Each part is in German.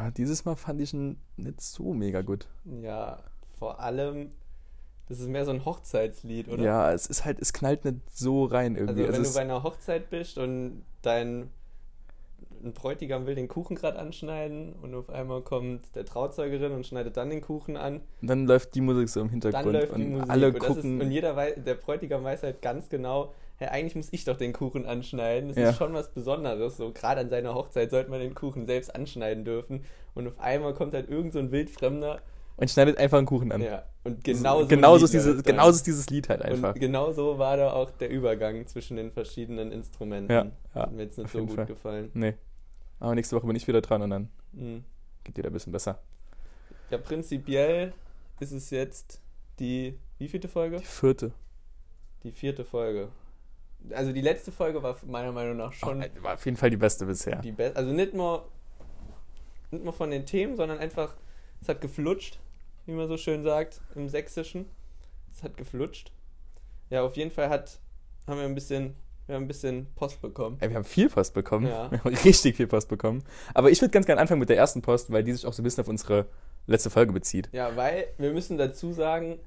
dieses Mal fand ich ihn nicht so mega gut. Ja, vor allem, das ist mehr so ein Hochzeitslied, oder? Ja, es knallt nicht so rein irgendwie. Also wenn du bei einer Hochzeit bist und ein Bräutigam will den Kuchen gerade anschneiden und auf einmal kommt der Trauzeugerin und schneidet dann den Kuchen an. Und dann läuft die Musik so im Hintergrund. Dann läuft die Musik alle und, gucken. und der Bräutigam weiß halt ganz genau, hey, eigentlich muss ich doch den Kuchen anschneiden. Das Ja. ist schon was Besonderes. So gerade an seiner Hochzeit sollte man den Kuchen selbst anschneiden dürfen. Und auf einmal kommt halt irgend so ein Wildfremder. Und schneidet einfach einen Kuchen an. Ja, und genauso ist dieses Lied halt einfach. Und genau so war da auch der Übergang zwischen den verschiedenen Instrumenten. Ja, Hat mir jetzt nicht so gut gefallen. Nee. Aber nächste Woche bin ich wieder dran und dann geht wieder ein bisschen besser. Ja, prinzipiell ist es jetzt die wievielte Folge? Die vierte Folge. Also die letzte Folge war meiner Meinung nach schon... War auf jeden Fall die beste bisher. Also nicht nur von den Themen, sondern einfach, es hat geflutscht, wie man so schön sagt, im Sächsischen. Es hat geflutscht. Ja, auf jeden Fall haben wir ein bisschen Post bekommen. Wir haben viel Post bekommen. Ja. Wir haben richtig viel Post bekommen. Aber ich würde ganz gerne anfangen mit der ersten Post, weil die sich auch so ein bisschen auf unsere letzte Folge bezieht. Ja, weil wir müssen dazu sagen,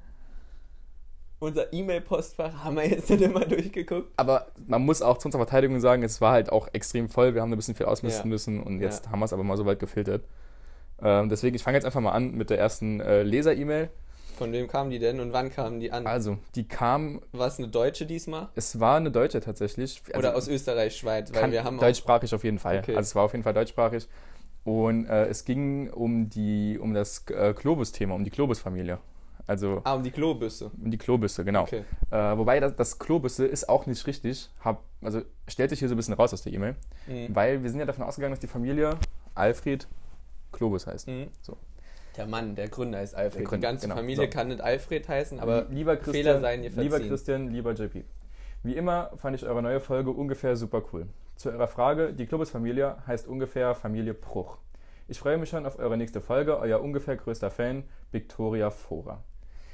unser E-Mail-Postfach haben wir jetzt nicht immer durchgeguckt. Aber man muss auch zu unserer Verteidigung sagen, es war halt auch extrem voll. Wir haben ein bisschen viel ausmisten müssen und jetzt haben wir es aber mal so weit gefiltert. Deswegen, ich fange jetzt einfach mal an mit der ersten Leser-E-Mail. Von wem kamen die denn und wann kamen die an? Also, die kam... War es eine Deutsche diesmal? Es war eine Deutsche tatsächlich. Also, oder aus Österreich, Schweiz? Weil wir haben deutschsprachig auf jeden Fall. Okay. Also es war auf jeden Fall deutschsprachig. Und es ging um das Globus-Thema, um die Globus-Familie. Also, um die Klobüsse. Um die Klobüsse, genau. Okay. Wobei das Klobüsse ist auch nicht richtig. Also stellt sich hier so ein bisschen raus aus der E-Mail. Weil wir sind ja davon ausgegangen, dass die Familie Alfred Globus heißt. So. Der Mann, der Gründer heißt Alfred. Die ganze Familie kann nicht Alfred heißen, aber lieber Fehler seien ihr verziehen. Lieber Christian, lieber JP. Wie immer fand ich eure neue Folge ungefähr super cool. Zu eurer Frage, die Globus-Familie heißt ungefähr Familie Bruch. Ich freue mich schon auf eure nächste Folge. Euer ungefähr größter Fan, Victoria Fora.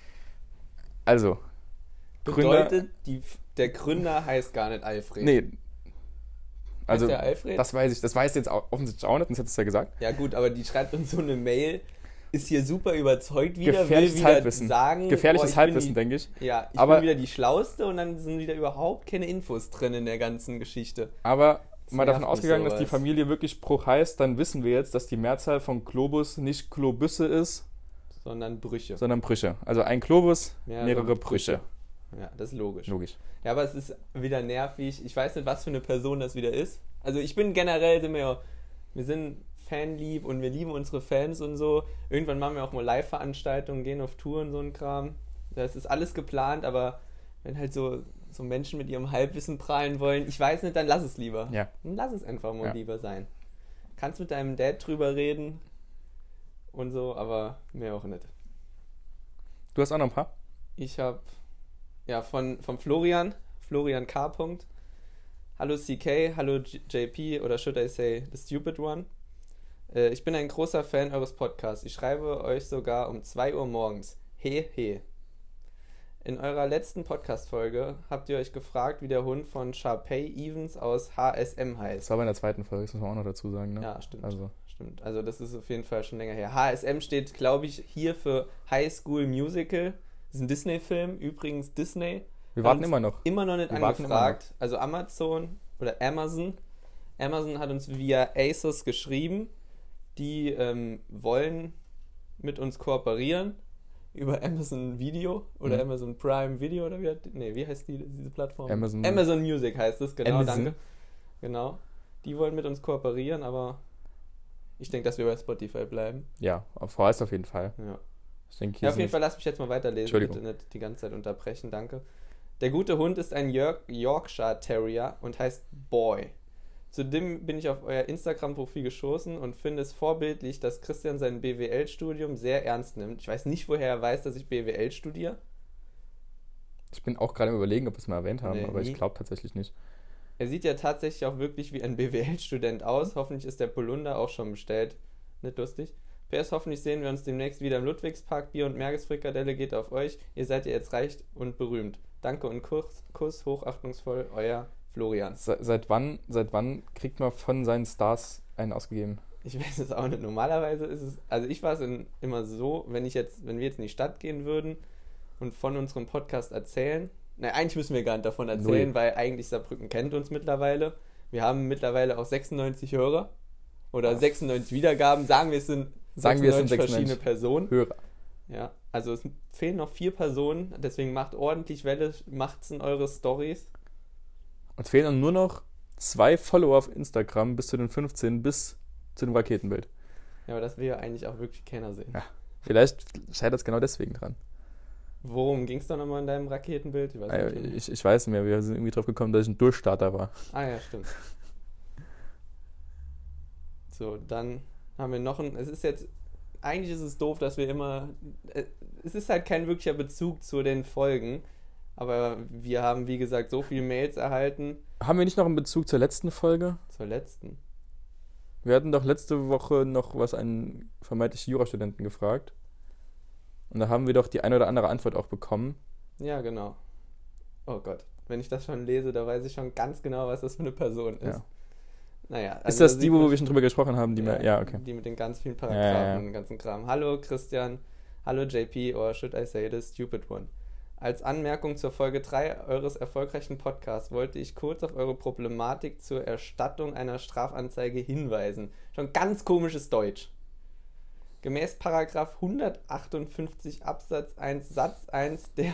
Also, bedeutet, der Gründer heißt gar nicht Alfred? Nee. Also, heißt der Alfred? Das weiß ich. Das weiß jetzt offensichtlich auch nicht, sonst hättest du es ja gesagt. Ja gut, aber die schreibt uns so eine Mail, ist hier super überzeugt wieder, gefährliches Halbwissen. Sagen, gefährliches Halbwissen, denke ich. Ja, ich bin wieder die Schlauste und dann sind wieder überhaupt keine Infos drin in der ganzen Geschichte. Aber mal davon ausgegangen, dass die Familie wirklich Bruch heißt, dann wissen wir jetzt, dass die Mehrzahl von Globus nicht Globüsse ist, sondern Brüche. Also ein Globus, mehrere Brüche. Ja, das ist logisch. Ja, aber es ist wieder nervig. Ich weiß nicht, was für eine Person das wieder ist. Also ich bin generell, wir sind fanlieb und wir lieben unsere Fans und so. Irgendwann machen wir auch mal Live-Veranstaltungen, gehen auf Touren, so ein Kram. Das ist alles geplant, aber wenn halt so Menschen mit ihrem Halbwissen prahlen wollen, ich weiß nicht, dann lass es lieber. Ja. Dann lass es einfach mal lieber sein. Kannst mit deinem Dad drüber reden und so, aber mehr auch nicht. Du hast auch noch ein paar? Ich habe von Florian K. Hallo CK, hallo JP oder should I say the stupid one. Ich bin ein großer Fan eures Podcasts. Ich schreibe euch sogar um 2 Uhr morgens. He. In eurer letzten Podcast-Folge habt ihr euch gefragt, wie der Hund von Sharpay Evans aus HSM heißt. Das war bei der zweiten Folge, das muss man auch noch dazu sagen. Ne? Ja, stimmt. Also das ist auf jeden Fall schon länger her. HSM steht, glaube ich, hier für High School Musical. Das ist ein Disney-Film, übrigens Disney. Wir warten immer noch. Immer noch nicht angefragt. Also Amazon hat uns via ASOS geschrieben, die wollen mit uns kooperieren über Amazon Video oder Amazon Prime Video oder wie heißt diese Plattform? Amazon Music heißt es, genau, danke. Genau. Die wollen mit uns kooperieren, aber ich denke, dass wir bei Spotify bleiben. Ja, vorerst auf jeden Fall. Ja. Ich denke, auf jeden Fall, lass mich jetzt mal weiterlesen, bitte nicht die ganze Zeit unterbrechen, danke. Der gute Hund ist ein Yorkshire Terrier und heißt Boy. Zudem bin ich auf euer Instagram-Profil gestoßen und finde es vorbildlich, dass Christian sein BWL-Studium sehr ernst nimmt. Ich weiß nicht, woher er weiß, dass ich BWL studiere. Ich bin auch gerade überlegen, ob wir es mal erwähnt haben, aber ich glaube tatsächlich nicht. Er sieht ja tatsächlich auch wirklich wie ein BWL-Student aus. Hoffentlich ist der Polunder auch schon bestellt. Nicht lustig. PS, hoffentlich sehen wir uns demnächst wieder im Ludwigspark. Bier- und Mergesfrikadelle geht auf euch. Ihr seid ja jetzt reich und berühmt. Danke und Kuss, hochachtungsvoll, euer Florian. Seit wann kriegt man von seinen Stars einen ausgegeben? Ich weiß es auch nicht. Normalerweise ist es, also ich war es immer so, wenn wir jetzt in die Stadt gehen würden und von unserem Podcast erzählen. Nein, eigentlich müssen wir gar nicht davon erzählen, weil eigentlich Saarbrücken kennt uns mittlerweile. Wir haben mittlerweile auch 96 Hörer oder 96 Wiedergaben. Sagen wir, es sind 96 verschiedene Personen. Hörer. Ja, also es fehlen noch 4 Personen, deswegen macht ordentlich Welle, macht's in eure Stories. Uns fehlen dann nur noch 2 Follower auf Instagram bis zu den 15, bis zu dem Raketenbild. Ja, aber das will ja eigentlich auch wirklich keiner sehen. Ja, vielleicht scheitert es genau deswegen dran. Worum ging es da nochmal in deinem Raketenbild? Ich weiß nicht mehr, wir sind irgendwie drauf gekommen, dass ich ein Durchstarter war. Ah ja, stimmt. So, dann haben wir noch eigentlich ist es doof, dass wir immer, es ist halt kein wirklicher Bezug zu den Folgen, aber wir haben, wie gesagt, so viele Mails erhalten. Haben wir nicht noch einen Bezug zur letzten Folge? Zur letzten? Wir hatten doch letzte Woche noch einen vermeintlichen Jurastudenten gefragt. Und da haben wir doch die eine oder andere Antwort auch bekommen. Ja, genau. Oh Gott, wenn ich das schon lese, da weiß ich schon ganz genau, was das für eine Person ist. Ja. Naja, also ist das die, wo wir schon drüber gesprochen haben? Okay. Die mit den ganz vielen Paragraphen und den ganzen Kram. Hallo Christian, hallo JP, or should I say the stupid one? Als Anmerkung zur Folge 3 eures erfolgreichen Podcasts wollte ich kurz auf eure Problematik zur Erstattung einer Strafanzeige hinweisen. Schon ganz komisches Deutsch. Gemäß Paragraph 158 Absatz 1 Satz 1 der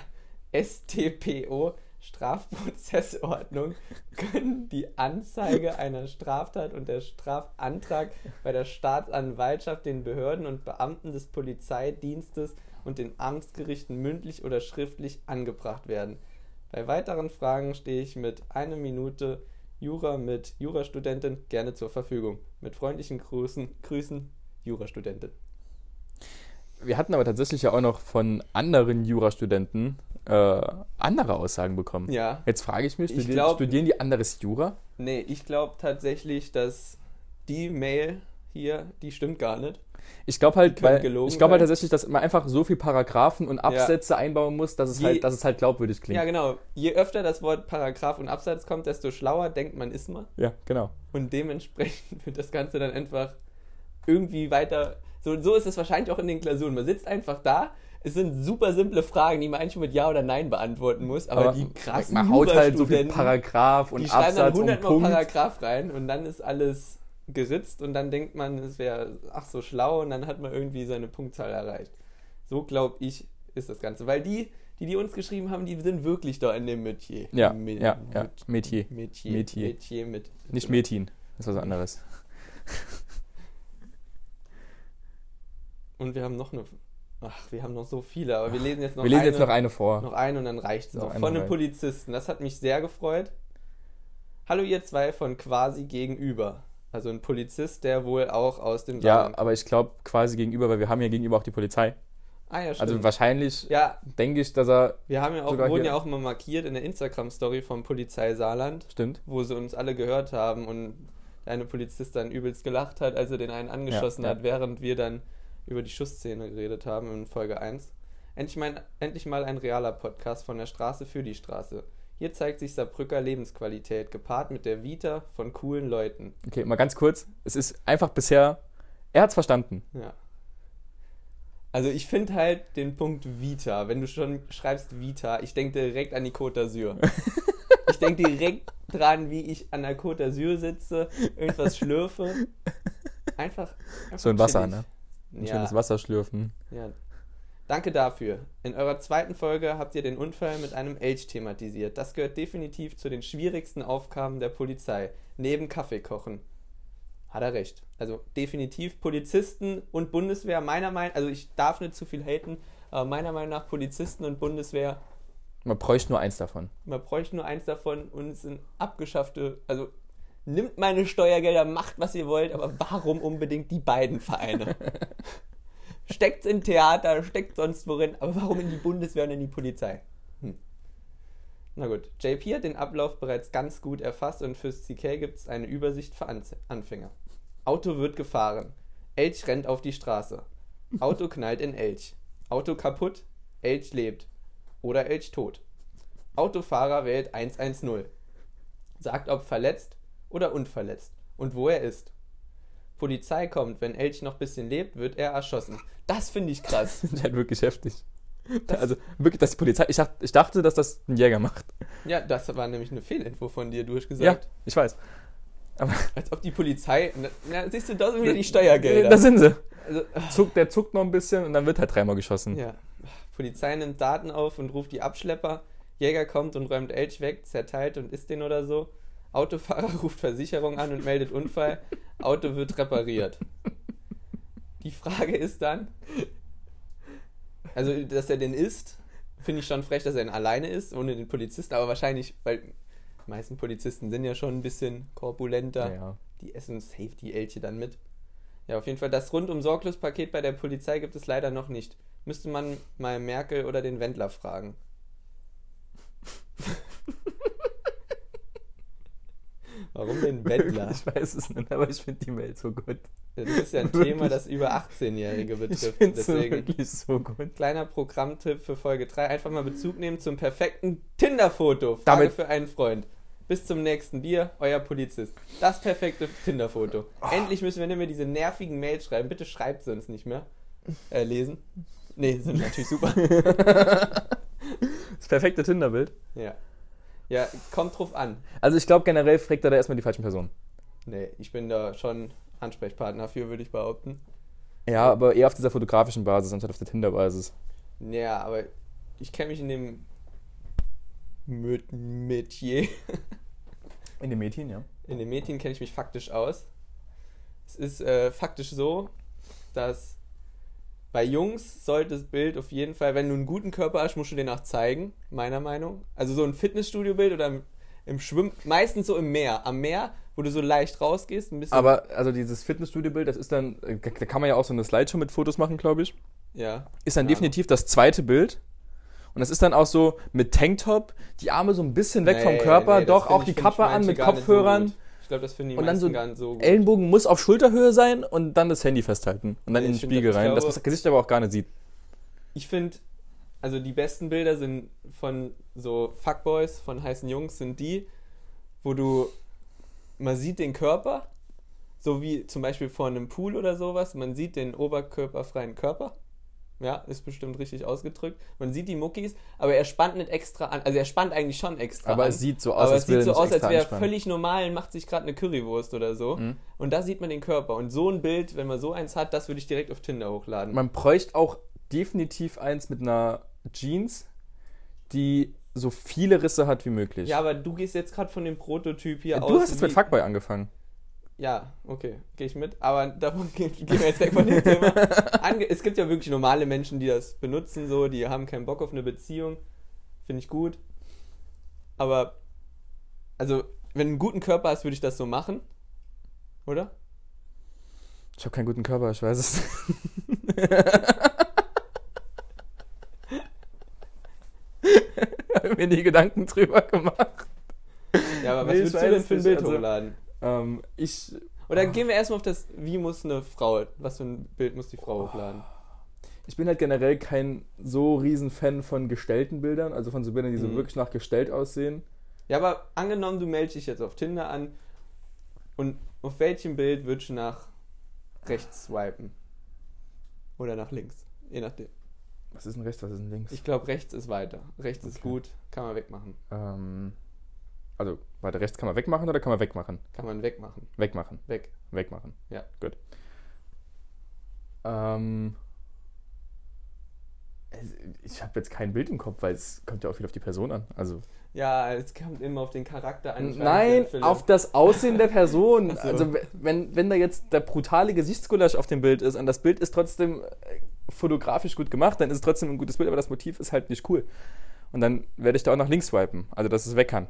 StPO Strafprozessordnung können die Anzeige einer Straftat und der Strafantrag bei der Staatsanwaltschaft, den Behörden und Beamten des Polizeidienstes und den Amtsgerichten mündlich oder schriftlich angebracht werden. Bei weiteren Fragen stehe ich mit 1 Minute Jura mit Jurastudentin gerne zur Verfügung. Mit freundlichen Grüßen, Jurastudentin. Wir hatten aber tatsächlich ja auch noch von anderen Jurastudenten andere Aussagen bekommen. Ja. Jetzt frage ich mich, studieren die anderes Jura? Nee, ich glaube tatsächlich, dass die Mail hier, die stimmt gar nicht. Ich glaube halt, tatsächlich, dass man einfach so viel Paragraphen und Absätze einbauen muss, dass es halt glaubwürdig klingt. Ja, genau. Je öfter das Wort Paragraph und Absatz kommt, desto schlauer denkt man, ist man. Ja, genau. Und dementsprechend wird das Ganze dann einfach irgendwie weiter. So ist es wahrscheinlich auch in den Klausuren. Man sitzt einfach da. Es sind super simple Fragen, die man eigentlich nur mit Ja oder Nein beantworten muss. Aber die krassen man haut halt so viel Paragraph und Absatz und Punkt. Die schreiben dann 100 Mal Paragraph rein und dann ist alles geritzt und dann denkt man, es wäre so schlau und dann hat man irgendwie seine Punktzahl erreicht. So, glaube ich, ist das Ganze. Weil die uns geschrieben haben, die sind wirklich da in dem Metier. Ja, Metier. Metier mit... Nicht Metin, das ist was anderes. Und wir haben noch wir haben noch so viele, aber wir lesen jetzt noch eine vor. Noch eine und dann reicht es auch. Von einem Polizisten. Das hat mich sehr gefreut. Hallo ihr zwei von quasi gegenüber. Also ein Polizist, der wohl auch aus dem Ja, aber ich glaube quasi gegenüber, weil wir haben ja gegenüber auch die Polizei. Ah ja, stimmt. Also wahrscheinlich denke ich, dass er... Wir haben wurden ja auch mal markiert in der Instagram-Story vom Polizei Saarland. Stimmt. Wo sie uns alle gehört haben und der eine Polizist dann übelst gelacht hat, als er den einen angeschossen hat, während wir dann über die Schussszene geredet haben in Folge 1. Endlich mal ein realer Podcast von der Straße für die Straße. Hier zeigt sich Saarbrücker Lebensqualität, gepaart mit der Vita von coolen Leuten. Okay, mal ganz kurz. Es ist einfach bisher... Er hat's verstanden. Ja. Also ich finde halt den Punkt Vita, wenn du schon schreibst Vita, ich denke direkt an die Côte d'Azur. Ich denke direkt dran, wie ich an der Côte d'Azur sitze, irgendwas schlürfe. Einfach so ein Wasser, ne? Ein Ja. schönes Wasser schlürfen. Ja. Danke dafür. In eurer zweiten Folge habt ihr den Unfall mit einem Elch thematisiert. Das gehört definitiv zu den schwierigsten Aufgaben der Polizei. Neben Kaffee kochen. Hat er recht. Also definitiv Polizisten und Bundeswehr, also ich darf nicht zu viel haten, aber meiner Meinung nach Polizisten und Bundeswehr... Man bräuchte nur eins davon. Und es sind abgeschaffte... Also nimmt meine Steuergelder, macht was ihr wollt, aber warum unbedingt die beiden Vereine? Steckt's in Theater, steckt sonst worin, aber warum in die Bundeswehr und in die Polizei? Na gut, JP hat den Ablauf bereits ganz gut erfasst und fürs CK gibt es eine Übersicht für Anfänger. Auto wird gefahren. Elch rennt auf die Straße. Auto knallt in Elch. Auto kaputt. Elch lebt. Oder Elch tot. Autofahrer wählt 110. Sagt, ob verletzt oder unverletzt und wo er ist. Polizei kommt, wenn Elch noch ein bisschen lebt, wird er erschossen. Das finde ich krass. Das ist halt wirklich heftig. Also wirklich, dass die Polizei, ich dachte, dass das ein Jäger macht. Ja, das war nämlich eine Fehlinfo von dir durchgesagt. Ja, ich weiß. Aber als ob die Polizei, siehst du, da sind wieder die Steuergelder. Da sind sie. Also, Der zuckt noch ein bisschen und dann wird halt 3-mal geschossen. ja. Polizei nimmt Daten auf und ruft die Abschlepper. Jäger kommt und räumt Elch weg, zerteilt und isst den oder so. Autofahrer ruft Versicherung an und meldet Unfall. Auto wird repariert. Die Frage ist dann, also, dass er den isst, finde ich schon frech, dass er ihn alleine isst, ohne den Polizisten, aber wahrscheinlich, weil die meisten Polizisten sind ja schon ein bisschen korpulenter. Ja. Die essen safe die Elche dann mit. Ja, auf jeden Fall, das Rundum-Sorglos-Paket bei der Polizei gibt es leider noch nicht. Müsste man mal Merkel oder den Wendler fragen. Warum den Wendler? Ich weiß es nicht, aber ich finde die Mail so gut. Das ist ja ein Thema, das über 18-Jährige betrifft. Ich finde es Deswegen wirklich so gut. kleiner Programmtipp für Folge 3. Einfach mal Bezug nehmen zum perfekten Tinder-Foto. Frage Damit- für einen Freund. Bis zum nächsten Bier, euer Polizist. Das perfekte Tinder-Foto. Endlich müssen wir nicht mehr diese nervigen Mails schreiben. Bitte schreibt sie uns nicht mehr. Lesen. Nee, sind natürlich super. Das perfekte Tinderbild. Ja. Ja, kommt drauf an. Also ich glaube, generell fragt er da erstmal die falschen Personen. Nee, ich bin da schon Ansprechpartner für, würde ich behaupten. Ja, aber eher auf dieser fotografischen Basis, anstatt auf der Tinder-Basis. Ja, aber ich kenne mich in dem Metier. In den Mädchen, ja. In den Medien kenne ich mich faktisch aus. Es ist faktisch so, dass bei Jungs sollte das Bild auf jeden Fall, wenn du einen guten Körper hast, musst du den auch zeigen, meiner Meinung. Also so ein Fitnessstudio-Bild oder im Schwimmen, meistens so im Meer. Am Meer, wo du so leicht rausgehst, ein bisschen. Aber also dieses Fitnessstudio-Bild, das ist dann, da kann man ja auch so eine Slideshow mit Fotos machen, glaube ich. Ja. Ist dann Ja. definitiv das zweite Bild. Und das ist dann auch so mit Tanktop, die Arme so ein bisschen weg vom Körper, das doch find auch die find Kappe an manche mit gar nicht Kopfhörern. So gut. Ich glaube, das finden die Und dann meisten so gar nicht so gut. Ellenbogen muss auf Schulterhöhe sein und dann das Handy festhalten. Und dann Nee, in den ich find, Spiegel ich rein, dass glaube- man das Gesicht aber auch gar nicht sieht. Ich finde, also die besten Bilder sind von so Fuckboys, von heißen Jungs, sind die, wo man sieht den Körper, so wie zum Beispiel vor einem Pool oder sowas, man sieht den oberkörperfreien Körper. Ja, ist bestimmt richtig ausgedrückt. Man sieht die Muckis, aber er spannt nicht extra an. Also er spannt eigentlich schon extra Aber an. es sieht so aus, Aber als es sieht will so er nicht aus, als extra wäre er anspannen. völlig normal und macht sich gerade eine Currywurst oder so. Mhm. Und da sieht man den Körper. Und so ein Bild, wenn man so eins hat, das würde ich direkt auf Tinder hochladen. Man bräuchte auch definitiv eins mit einer Jeans, die so viele Risse hat wie möglich. Ja, aber du gehst jetzt gerade von dem Prototyp hier aus. Du hast jetzt mit wie- Fuckboy angefangen. Ja, okay, gehe ich mit. Aber davon gehen wir jetzt weg von dem Thema. Es gibt ja wirklich normale Menschen, die das benutzen, so, die haben keinen Bock auf eine Beziehung. Finde ich gut. Aber, also, wenn du einen guten Körper hast, würde ich das so machen. Oder? Ich habe keinen guten Körper, ich weiß es. Habe mir nie Gedanken drüber gemacht. Ja, aber was Nee, würdest ich du weiß denn es für ein nicht, Bild also- hochladen? Ich. Oder gehen wir erstmal auf das, wie muss eine Frau, was für ein Bild muss die Frau hochladen? Ich bin halt generell kein so riesen Fan von gestellten Bildern, also von so Bildern, die so wirklich nach gestellt aussehen. Ja, aber angenommen, du meldest dich jetzt auf Tinder an und auf welchem Bild würdest du nach rechts swipen? Oder nach links? Je nachdem. Was ist denn rechts, was ist denn links? Ich glaube, rechts ist weiter. Rechts ist Okay. gut, kann man wegmachen. Also, warte, rechts kann man wegmachen oder kann man wegmachen? Kann man wegmachen. Wegmachen. Weg. Wegmachen. Ja. Gut. Ich habe jetzt kein Bild im Kopf, weil es kommt ja auch viel auf die Person an. Also Ja, es kommt immer auf den Charakter an. Ich weiß nein, nicht, Philipp. auf das Aussehen der Person. Ach so. Also wenn da jetzt der brutale Gesichtsgulasch auf dem Bild ist und das Bild ist trotzdem fotografisch gut gemacht, dann ist es trotzdem ein gutes Bild, aber das Motiv ist halt nicht cool. Und dann werde ich da auch nach links swipen, also dass es weg kann.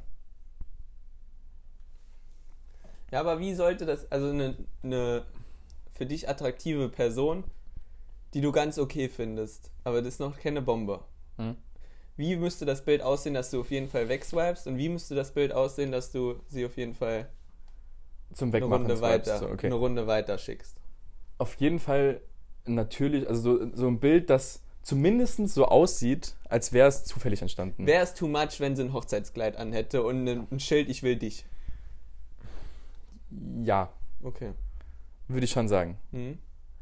Ja, aber wie sollte das, also eine für dich attraktive Person, die du ganz okay findest, aber das ist noch keine Bombe. Mhm. Wie müsste das Bild aussehen, dass du auf jeden Fall wegswipest und wie müsste das Bild aussehen, dass du sie auf jeden Fall Zum eine Wegmachen Runde swipest weiter, du, okay. eine Runde weiter schickst? Auf jeden Fall natürlich, also so ein Bild, das zumindest so aussieht, als wäre es zufällig entstanden. Wäre es too much, wenn sie ein Hochzeitskleid anhätte und ein Schild, ich will dich? Ja. Okay. würde ich schon sagen. Mhm.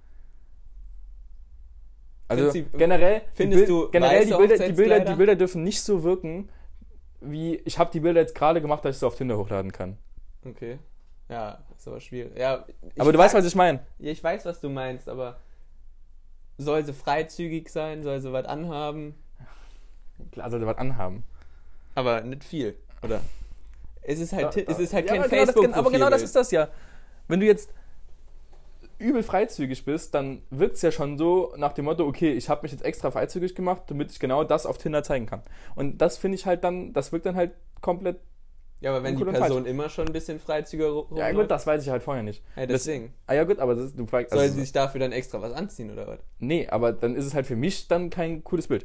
Also Findest du- generell, findest du generell weiße die Hochzeitskleider? Bilder dürfen nicht so wirken, wie ich habe die Bilder jetzt gerade gemacht, dass ich sie auf Tinder hochladen kann. Okay. Ja, ist aber schwierig. Ja, Aber du weißt, was ich meine. Ja, ich weiß, was du meinst, aber soll sie freizügig sein? Soll sie was anhaben? Klar, sollte was anhaben. Aber nicht viel, oder? Es ist halt, Ja, es ist halt ja, kein aber genau das- Facebook-Profil. Aber genau das ist das ja. Wenn du jetzt übel freizügig bist, dann wirkt es ja schon so nach dem Motto, okay, ich habe mich jetzt extra freizügig gemacht, damit ich genau das auf Tinder zeigen kann. Und das finde ich halt dann, das wirkt dann halt komplett. Ja, aber wenn die Uncool und Person immer schon ein bisschen freizügiger Ja gut, das weiß ich halt vorher nicht. Ja, deswegen. Ja gut, aber du fragst. Soll sie sich dafür dann extra was anziehen, oder was? Nee, aber dann ist es halt für mich dann kein cooles Bild.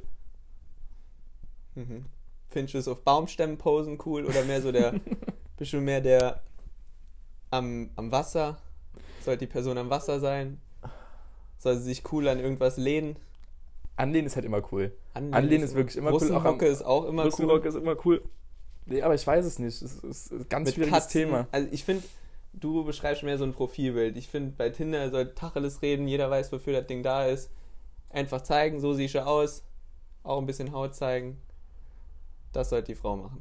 Mhm. Findest du es auf Baumstämmen posen cool oder mehr so der, bist du mehr der am Wasser? Sollte die Person am Wasser sein? Soll sie sich cool an irgendwas lehnen? Anlehnen ist halt immer cool. Anlehnen ist wirklich immer cool. Russenhocke ist auch immer cool. Russenhocke ist immer cool. Nee, aber ich weiß es nicht. Es ist ein ganz Mit schwieriges Katzen. Thema. Also ich finde, du beschreibst mehr so ein Profilbild. Ich finde, bei Tinder soll Tacheles reden, jeder weiß, wofür das Ding da ist. Einfach zeigen, so siehst du aus. Auch ein bisschen Haut zeigen. Das sollte die Frau machen.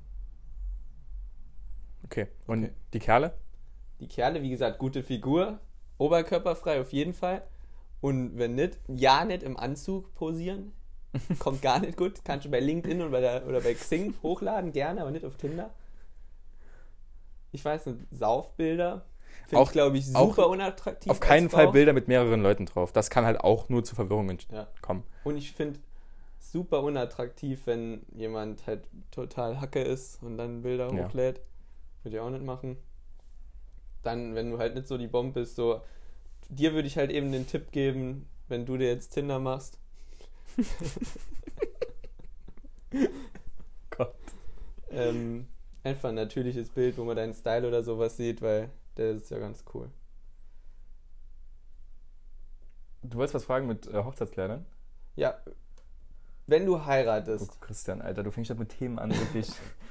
Okay. Und Okay. die Kerle? Die Kerle, wie gesagt, gute Figur, oberkörperfrei auf jeden Fall. Und wenn nicht, ja nicht im Anzug posieren. Kommt gar nicht gut. Kannst du bei LinkedIn oder bei Xing hochladen, gerne, aber nicht auf Tinder. Ich weiß nicht, Saufbilder. Finde Auch- ich, glaube ich, auch super unattraktiv. Auf keinen als Fall Frau. Bilder mit mehreren Leuten drauf. Das kann halt auch nur zu Verwirrungen Ja. kommen. Und ich finde super unattraktiv, wenn jemand halt total Hacke ist und dann Bilder Ja. hochlädt. Würde ich auch nicht machen. Dann, wenn du halt nicht so die Bombe bist, so, dir würde ich halt eben den Tipp geben, wenn du dir jetzt Tinder machst. Gott. Einfach ein natürliches Bild, wo man deinen Style oder sowas sieht, weil der ist ja ganz cool. Du wolltest was fragen mit Hochzeitskleidern? Ja, wenn du heiratest, Oh, Christian, Alter, du fängst halt mit Themen an, wirklich.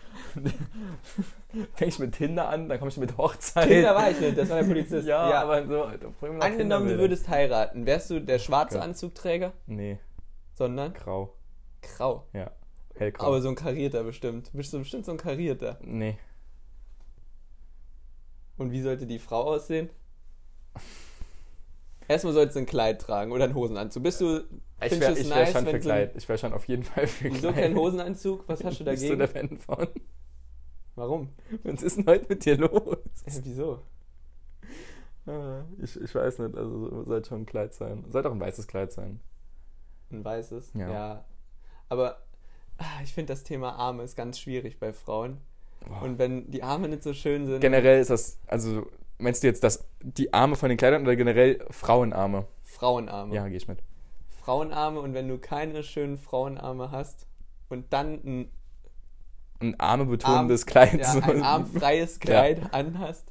Fäng ich mit Tinder an, dann komme ich mit Hochzeit. Tinder war ich nicht, das war der Polizist. Ja, aber so, Alter, bring mir noch angenommen, du Tinderbilder. würdest heiraten, wärst du der schwarze Okay. Anzugträger, Nee, sondern grau. grau. Ja, hellgrau. Aber so ein karierter bestimmt. Bist du bestimmt so ein karierter. Nee. Und wie sollte die Frau aussehen? Erstmal sollst du ein Kleid tragen oder einen Hosenanzug. Bist du, Ich findest wäre du es wär nice, schon für wenn so Kleid. Ich wäre schon auf jeden Fall für Kleid. wieso kein Hosenanzug? Was hast du Bist du dagegen? der Fan von? Warum? Was ist denn heute mit dir los? Wieso? Ich weiß nicht, also sollte schon ein Kleid sein. Sollte auch ein weißes Kleid sein. Ein weißes? Ja. Aber ich finde das Thema Arme ist ganz schwierig bei Frauen. Boah. Und wenn die Arme nicht so schön sind. Generell ist das, also meinst du jetzt die Arme von den Kleidern oder generell Frauenarme? Frauenarme. Ja, gehe ich mit. Frauenarme, und wenn du keine schönen Frauenarme hast und dann Ein armebetonendes Kleid. ein armfreies Kleid anhast,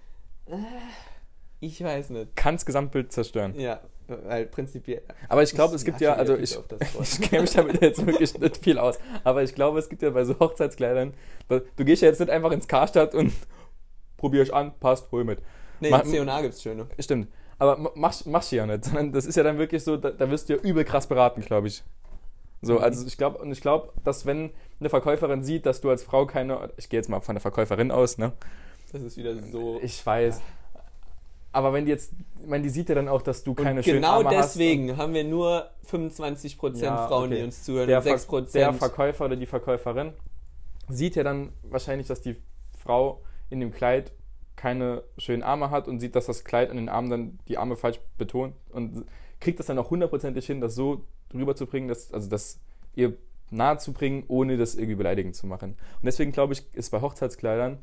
ich weiß nicht. Kann das Gesamtbild zerstören. Ja, weil prinzipiell. Aber ich glaube, es gibt ja, also ich kenne mich damit jetzt wirklich nicht viel aus, aber ich glaube, es gibt ja bei so Hochzeitskleidern, du gehst ja jetzt nicht einfach ins Karstadt und probier ich an, passt, hol mit. Nee, Ma- in C&A gibt's schöne. Stimmt. Aber machst du ja nicht, sondern das ist ja dann wirklich so, da wirst du ja übel krass beraten, glaube ich. So, also ich glaube, dass wenn eine Verkäuferin sieht, dass du als Frau keine, ich gehe jetzt mal von der Verkäuferin aus, ne? Das ist wieder so. Ich weiß. Aber wenn die jetzt, ich meine, die sieht ja dann auch, dass du keine Und schönen genau Arme hast. deswegen haben wir nur 25% Ja, Frauen, okay. die uns zuhören, Der, und 6%. der Verkäufer oder die Verkäuferin sieht ja dann wahrscheinlich, dass die Frau in dem Kleid keine schönen Arme hat und sieht, dass das Kleid an den Armen dann die Arme falsch betont und kriegt das dann auch hundertprozentig hin, das so rüberzubringen, das ihr nahe zu bringen, ohne das irgendwie beleidigend zu machen. Und deswegen glaube ich, ist bei Hochzeitskleidern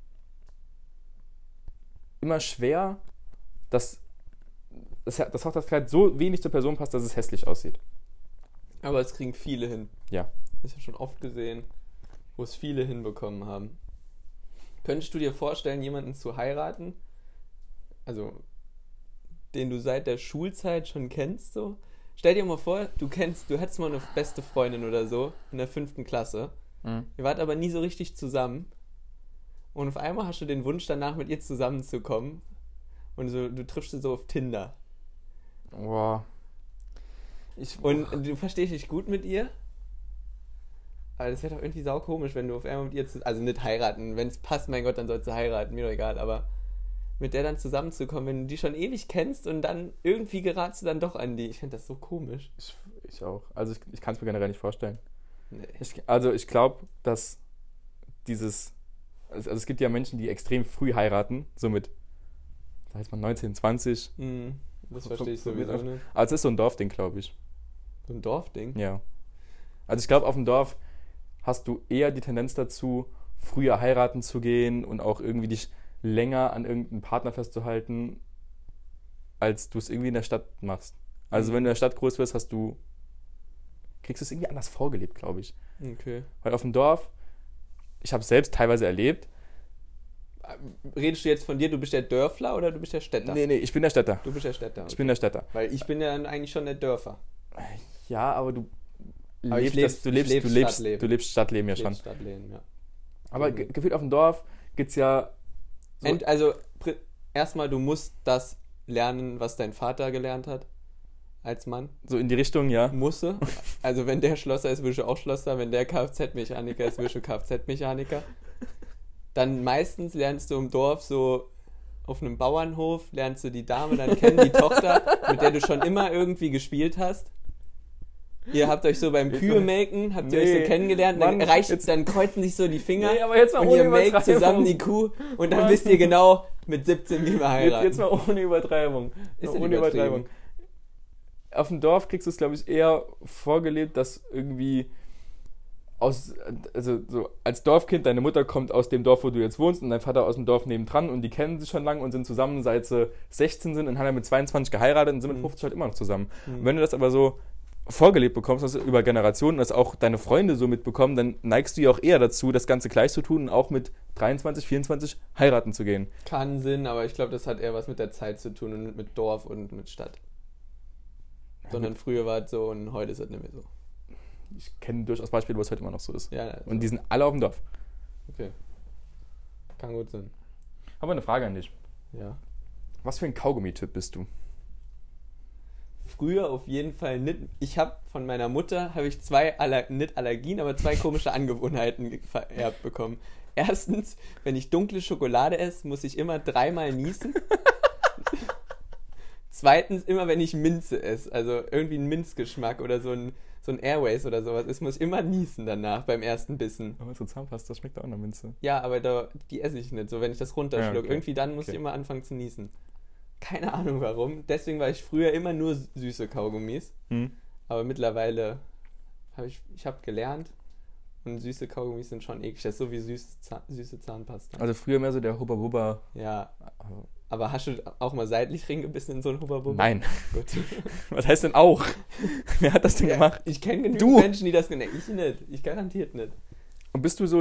immer schwer, dass das Hochzeitskleid so wenig zur Person passt, dass es hässlich aussieht. Aber es kriegen viele hin. Ja. Das habe ich schon oft gesehen, wo es viele hinbekommen haben. Könntest du dir vorstellen, jemanden zu heiraten, also den du seit der Schulzeit schon kennst, so? Stell dir mal vor, du hattest mal eine beste Freundin oder so in der 5. Klasse. Mhm. Ihr wart aber nie so richtig zusammen. Und auf einmal hast du den Wunsch danach, mit ihr zusammenzukommen. und so, du triffst sie so auf Tinder. Boah. Und du verstehst dich gut mit ihr? Aber das wäre doch irgendwie saukomisch, wenn du auf einmal mit ihr also nicht heiraten, wenn es passt, mein Gott, dann sollst du heiraten, mir doch egal, aber mit der dann zusammenzukommen, wenn du die schon ewig kennst und dann irgendwie geratst du dann doch an die. Ich finde das so komisch. Ich auch. Also ich kann es mir generell nicht vorstellen. Nee. Ich glaube, dass also es gibt ja Menschen, die extrem früh heiraten, so mit, sag ich mal, 19, 20. Das verstehe ich sowieso nicht. Aber es ist so ein Dorfding, glaube ich. So ein Dorfding? Ja. Also ich glaube, auf dem Dorf hast du eher die Tendenz dazu, früher heiraten zu gehen und auch irgendwie dich länger an irgendeinen Partner festzuhalten, als du es irgendwie in der Stadt machst. Also wenn du in der Stadt groß wirst, kriegst du es irgendwie anders vorgelebt, glaube ich. Okay. Weil auf dem Dorf, ich habe es selbst teilweise erlebt. Redest du jetzt von dir, du bist der Dörfler oder du bist der Städter? Nee, ich bin der Städter. Du bist der Städter. Okay. Ich bin der Städter. Weil ich bin ja eigentlich schon der Dörfer. Ja, aber du Aber lebst Stadtleben ja schon. Stadtleben, ja. Aber gefühlt auf dem Dorf gibt es ja so Also erstmal, du musst das lernen, was dein Vater gelernt hat als Mann. so in die Richtung, ja. Musse. Also wenn der Schlosser ist, wirst du auch Schlosser. Wenn der Kfz-Mechaniker ist, wirst du Kfz-Mechaniker. Dann meistens lernst du im Dorf so auf einem Bauernhof, lernst du die Dame dann kennen, die Tochter, mit der du schon immer irgendwie gespielt hast. Ihr habt euch so beim Kühe-Melken, habt ihr euch so kennengelernt, dann dann kreuzen sich so die Finger aber jetzt mal und ohne ihr melkt Übertreibung. zusammen die Kuh und dann wisst ihr genau, mit 17 wie wir heiraten. Jetzt mal ohne Übertreibung. Ist ohne Übertreibung. Auf dem Dorf kriegst du es, glaube ich, eher vorgelebt, dass irgendwie so als Dorfkind, deine Mutter kommt aus dem Dorf, wo du jetzt wohnst und dein Vater aus dem Dorf nebendran und die kennen sich schon lange und sind zusammen, seit sie 16 sind und haben dann mit 22 geheiratet und sind mit 50 halt immer noch zusammen. Und wenn du das aber so vorgelebt bekommst, also über Generationen, dass auch deine Freunde so mitbekommen, dann neigst du ja auch eher dazu, das Ganze gleich zu tun und auch mit 23, 24 heiraten zu gehen. Kann Sinn, aber ich glaube, das hat eher was mit der Zeit zu tun und mit Dorf und mit Stadt. Sondern früher war es so und heute ist es nicht mehr so. Ich kenne durchaus Beispiele, wo es heute immer noch so ist. Ja, und die sind alle auf dem Dorf. Okay. Kann gut sein. Aber eine Frage an dich. Ja. Was für ein Kaugummi-Typ bist du? Früher auf jeden Fall nicht. Ich habe von meiner Mutter zwei nicht Allergien, aber zwei komische Angewohnheiten vererbt bekommen. Erstens, wenn ich dunkle Schokolade esse, muss ich immer 3-mal niesen. Zweitens, immer wenn ich Minze esse, also irgendwie einen Minzgeschmack oder so ein Airways oder sowas ist, muss ich immer niesen danach beim ersten Bissen. Aber so Zahnpasta schmeckt auch nach Minze. Ja, aber die esse ich nicht, so wenn ich das runterschlucke. Ja, okay. Irgendwie dann muss ich immer anfangen zu niesen. Keine Ahnung warum. Deswegen war ich früher immer nur süße Kaugummis. Aber mittlerweile habe ich gelernt und süße Kaugummis sind schon eklig. Das ist so wie süße Zahnpasta. Also früher mehr so der Hubba Bubba. Ja. Aber hast du auch mal seitlich reingebissen in so einen Hubba Bubba? Nein. Gut. Was heißt denn auch? Wer hat das denn gemacht? Ich kenne genügend Menschen, die das gemacht haben. Ich nicht. Ich garantiert nicht. Und bist du so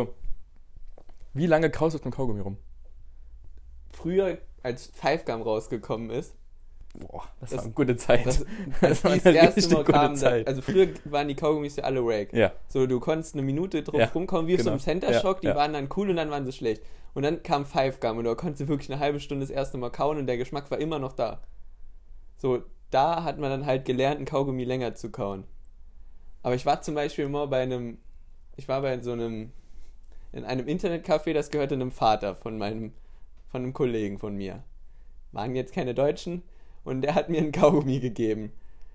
wie lange kaust du auf dem Kaugummi rum? Früher, als 5 Gum rausgekommen ist. Boah, das war eine gute Zeit. Das war das erste Mal gute Zeit. Also früher waren die Kaugummis ja alle wack. Ja. So, du konntest eine Minute drauf rumkommen, wie auf so einem Center Shock, die waren dann cool und dann waren sie schlecht. Und dann kam 5 Gum und da konntest du wirklich eine halbe Stunde das erste Mal kauen und der Geschmack war immer noch da. So, da hat man dann halt gelernt, einen Kaugummi länger zu kauen. Aber ich war zum Beispiel mal in einem Internetcafé, das gehörte einem Vater von einem Kollegen von mir. Waren jetzt keine Deutschen und der hat mir einen Kaugummi gegeben.